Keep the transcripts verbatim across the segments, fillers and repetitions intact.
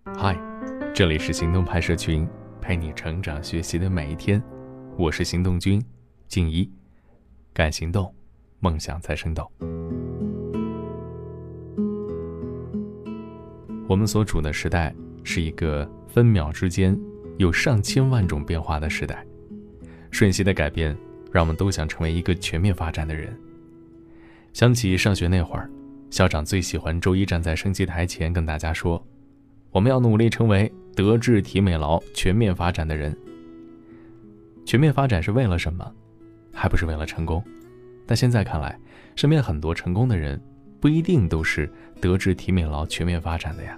嗨，这里是行动派社群，陪你成长学习的每一天。我是行动君静怡，敢行动，梦想才生动。我们所处的时代是一个分秒之间有上千万种变化的时代，瞬息的改变让我们都想成为一个全面发展的人。想起上学那会儿，校长最喜欢周一站在升旗台前跟大家说，我们要努力成为德智体美劳全面发展的人。全面发展是为了什么？还不是为了成功。但现在看来，身边很多成功的人不一定都是德智体美劳全面发展的呀。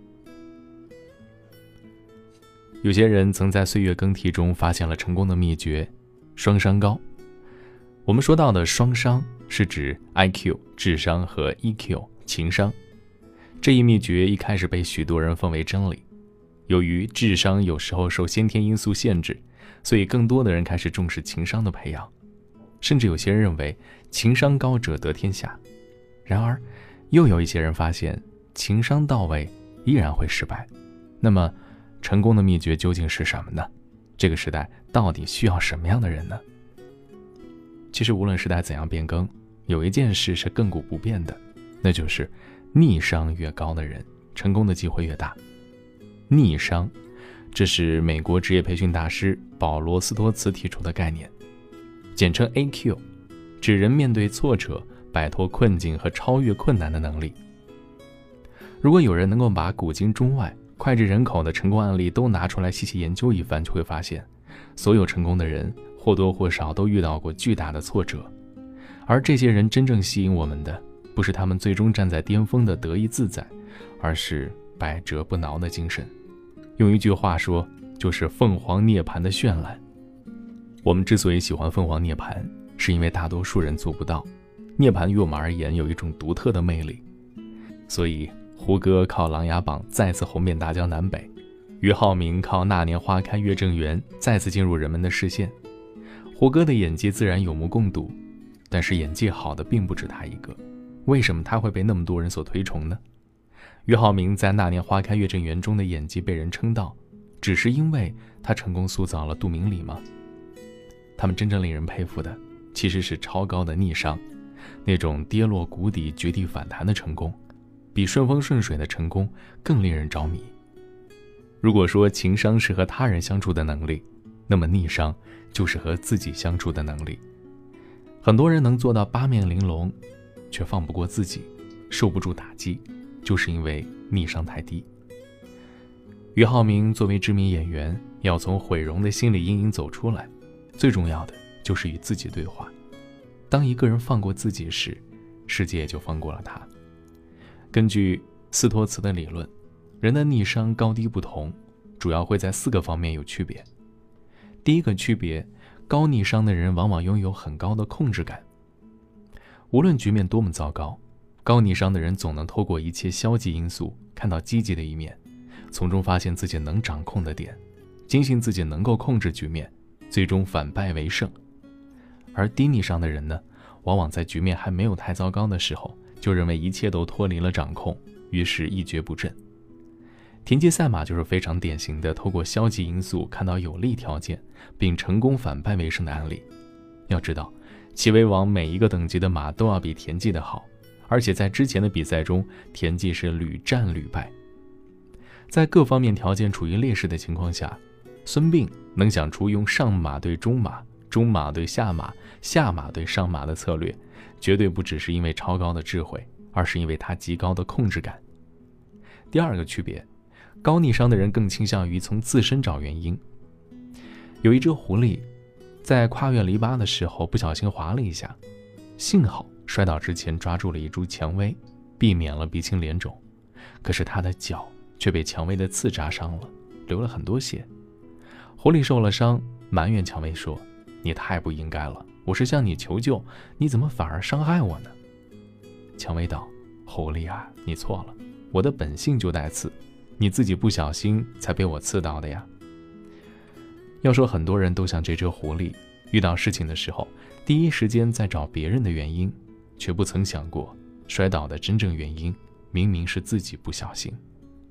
有些人曾在岁月更替中发现了成功的秘诀，双商高。我们说到的双商是指 I Q 智商和 E Q 情商。这一秘诀一开始被许多人奉为真理，由于智商有时候受先天因素限制，所以更多的人开始重视情商的培养，甚至有些人认为情商高者得天下。然而又有一些人发现情商到位依然会失败。那么成功的秘诀究竟是什么呢？这个时代到底需要什么样的人呢？其实无论时代怎样变更，有一件事是亘古不变的，那就是逆商越高的人，成功的机会越大。逆商，这是美国职业培训大师保罗·斯托茨提出的概念，简称 A Q， 指人面对挫折、摆脱困境和超越困难的能力。如果有人能够把古今中外脍炙人口的成功案例都拿出来细细研究一番，就会发现，所有成功的人或多或少都遇到过巨大的挫折，而这些人真正吸引我们的，不是他们最终站在巅峰的得意自在，而是百折不挠的精神。用一句话说，就是凤凰涅槃的绚烂。我们之所以喜欢凤凰涅槃，是因为大多数人做不到。涅槃于我们而言有一种独特的魅力，所以胡歌靠《琅琊榜》再次红遍大江南北，俞灏明靠《那年花开月正圆》再次进入人们的视线。胡歌的演技自然有目共睹，但是演技好的并不止他一个。为什么他会被那么多人所推崇呢？俞灏明在《那年花开月正圆》中的演技被人称道，只是因为他成功塑造了杜明礼吗？他们真正令人佩服的，其实是超高的逆商，那种跌落谷底绝地反弹的成功，比顺风顺水的成功更令人着迷。如果说情商是和他人相处的能力，那么逆商就是和自己相处的能力。很多人能做到八面玲珑，却放不过自己，受不住打击，就是因为逆商太低。俞灏明作为知名演员，要从毁容的心理阴影走出来，最重要的就是与自己对话。当一个人放过自己时，世界也就放过了他。根据斯托茨的理论，人的逆商高低不同，主要会在四个方面有区别。第一个区别，高逆商的人往往拥有很高的控制感。无论局面多么糟糕，高逆商的人总能透过一切消极因素看到积极的一面，从中发现自己能掌控的点，坚信自己能够控制局面，最终反败为胜。而低逆商的人呢，往往在局面还没有太糟糕的时候，就认为一切都脱离了掌控，于是一蹶不振。田忌赛马就是非常典型的透过消极因素看到有利条件，并成功反败为胜的案例。要知道，齐威王每一个等级的马都要比田忌的好，而且在之前的比赛中，田忌是屡战屡败。在各方面条件处于劣势的情况下，孙膑能想出用上马对中马、中马对下马、下马对上马的策略，绝对不只是因为超高的智慧，而是因为他极高的控制感。第二个区别，高逆商的人更倾向于从自身找原因。有一只狐狸在跨越篱笆的时候不小心滑了一下，幸好摔倒之前抓住了一株蔷薇，避免了鼻青脸肿。可是他的脚却被蔷薇的刺扎伤了，流了很多血。狐狸受了伤，埋怨蔷薇说，你太不应该了，我是向你求救，你怎么反而伤害我呢？蔷薇道，狐狸啊，你错了，我的本性就带刺，你自己不小心才被我刺到的呀。要说很多人都像这只狐狸，遇到事情的时候，第一时间在找别人的原因，却不曾想过摔倒的真正原因明明是自己不小心。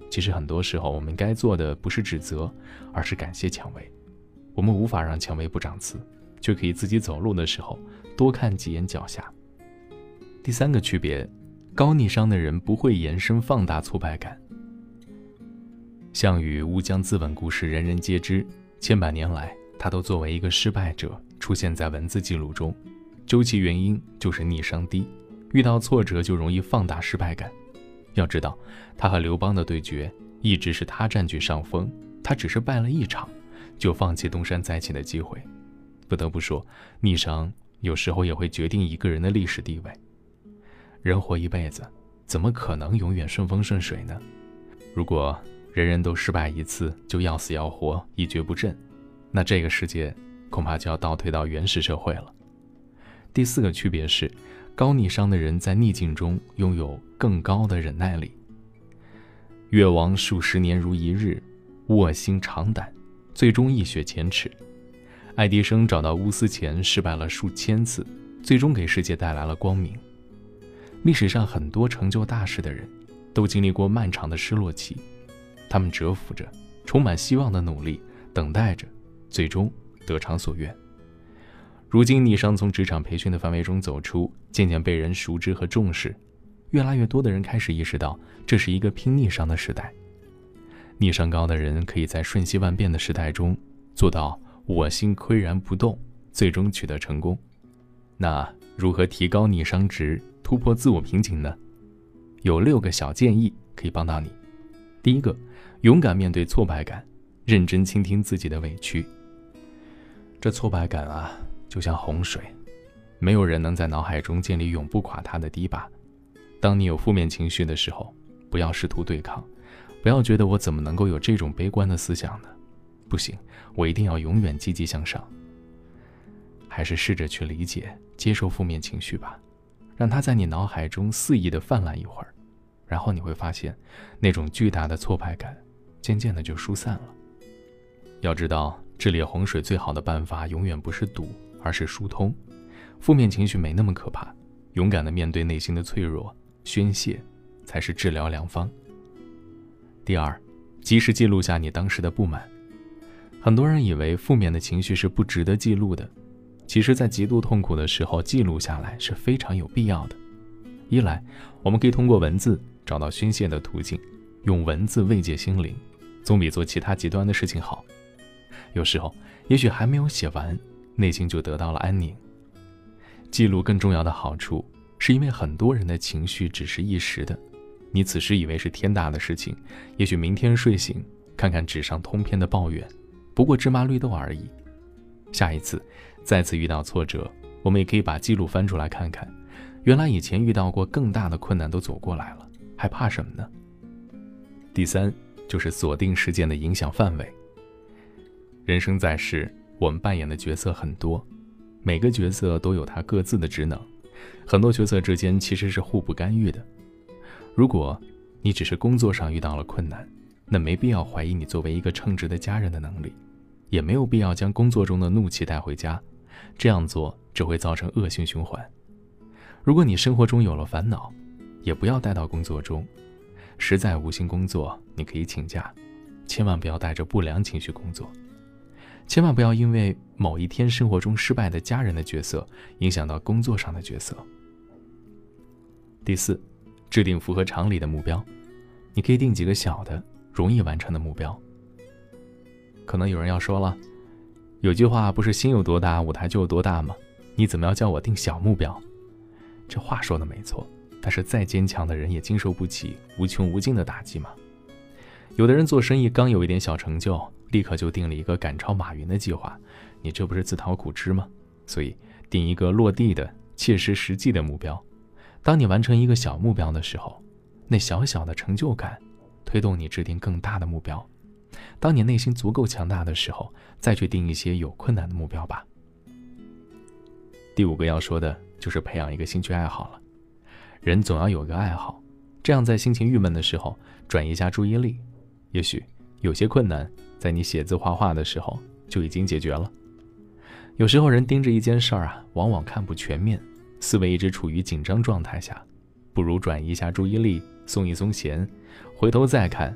其实很多时候我们该做的不是指责，而是感谢蔷薇。我们无法让蔷薇不长刺，却可以自己走路的时候多看几眼脚下。第三个区别，高逆商的人不会延伸放大挫败感。项羽乌江自刎故事人人皆知，千百年来他都作为一个失败者出现在文字记录中，究其原因就是逆商低，遇到挫折就容易放大失败感。要知道，他和刘邦的对决一直是他占据上风，他只是败了一场就放弃东山再起的机会。不得不说，逆商有时候也会决定一个人的历史地位。人活一辈子，怎么可能永远顺风顺水呢？如果人人都失败一次就要死要活，一蹶不振，那这个世界恐怕就要倒退到原始社会了。第四个区别是，高逆商的人在逆境中拥有更高的忍耐力。越王数十年如一日，卧薪尝胆，最终一雪前耻。爱迪生找到钨丝钱失败了数千次，最终给世界带来了光明。历史上很多成就大事的人都经历过漫长的失落期，他们蛰伏着充满希望的努力，等待着最终得偿所愿。如今逆商从职场培训的范围中走出，渐渐被人熟知和重视，越来越多的人开始意识到这是一个拼逆商的时代。逆商高的人可以在瞬息万变的时代中做到我心岿然不动，最终取得成功。那如何提高逆商值，突破自我瓶颈呢？有六个小建议可以帮到你。第一个，勇敢面对挫败感，认真倾听自己的委屈。这挫败感啊，就像洪水，没有人能在脑海中建立永不垮塌的堤坝。当你有负面情绪的时候，不要试图对抗，不要觉得我怎么能够有这种悲观的思想呢？不行，我一定要永远积极向上。还是试着去理解、接受负面情绪吧，让它在你脑海中肆意地泛滥一会儿，然后你会发现，那种巨大的挫败感渐渐的就疏散了。要知道，治理洪水最好的办法永远不是堵，而是疏通。负面情绪没那么可怕，勇敢地面对内心的脆弱，宣泄才是治疗良方。第二，及时记录下你当时的不满。很多人以为负面的情绪是不值得记录的，其实在极度痛苦的时候记录下来是非常有必要的。一来，我们可以通过文字找到宣泄的途径，用文字慰藉心灵，总比做其他极端的事情好。有时候，也许还没有写完，内心就得到了安宁。记录更重要的好处，是因为很多人的情绪只是一时的，你此时以为是天大的事情，也许明天睡醒，看看纸上通篇的抱怨，不过芝麻绿豆而已。下一次再次遇到挫折，我们也可以把记录翻出来看看，原来以前遇到过更大的困难都走过来了，还怕什么呢？第三，就是锁定事件的影响范围。人生在世，我们扮演的角色很多，每个角色都有他各自的职能，很多角色之间其实是互不干预的。如果你只是工作上遇到了困难，那没必要怀疑你作为一个称职的家人的能力，也没有必要将工作中的怒气带回家，这样做只会造成恶性循环。如果你生活中有了烦恼，也不要带到工作中，实在无心工作，你可以请假，千万不要带着不良情绪工作。千万不要因为某一天生活中失败的家人的角色影响到工作上的角色。第四，制定符合常理的目标。你可以定几个小的容易完成的目标。可能有人要说了，有句话不是心有多大舞台就有多大吗？你怎么要叫我定小目标？这话说的没错，但是再坚强的人也经受不起无穷无尽的打击嘛。有的人做生意刚有一点小成就，立刻就定了一个赶超马云的计划，你这不是自讨苦吃吗？所以定一个落地的切实实际的目标。当你完成一个小目标的时候，那小小的成就感推动你制定更大的目标。当你内心足够强大的时候，再去定一些有困难的目标吧。第五个要说的就是培养一个兴趣爱好了。人总要有个爱好，这样在心情郁闷的时候转移一下注意力，也许有些困难在你写字画画的时候就已经解决了。有时候人盯着一件事儿啊，往往看不全面，思维一直处于紧张状态下，不如转移一下注意力，松一松弦，回头再看，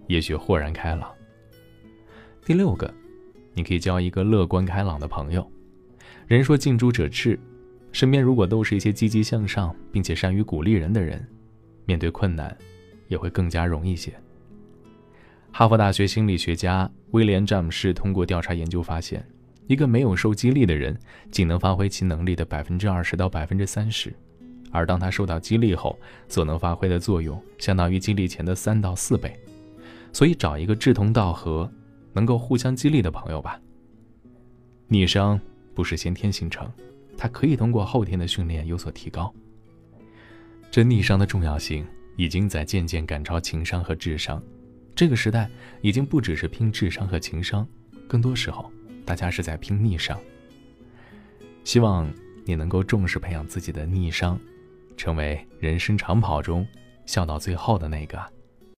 也许豁然开朗。第六个，你可以交一个乐观开朗的朋友。人说近朱者赤，身边如果都是一些积极向上并且善于鼓励人的人，面对困难也会更加容易些。哈佛大学心理学家威廉·詹姆士通过调查研究发现，一个没有受激励的人仅能发挥其能力的 百分之二十 到 百分之三十， 而当他受到激励后所能发挥的作用相当于激励前的三到四倍。所以找一个志同道合能够互相激励的朋友吧。逆商不是先天形成，它可以通过后天的训练有所提高。这逆商的重要性已经在渐渐赶超情商和智商。这个时代已经不只是拼智商和情商，更多时候大家是在拼逆商。希望你能够重视培养自己的逆商，成为人生长跑中笑到最后的那个。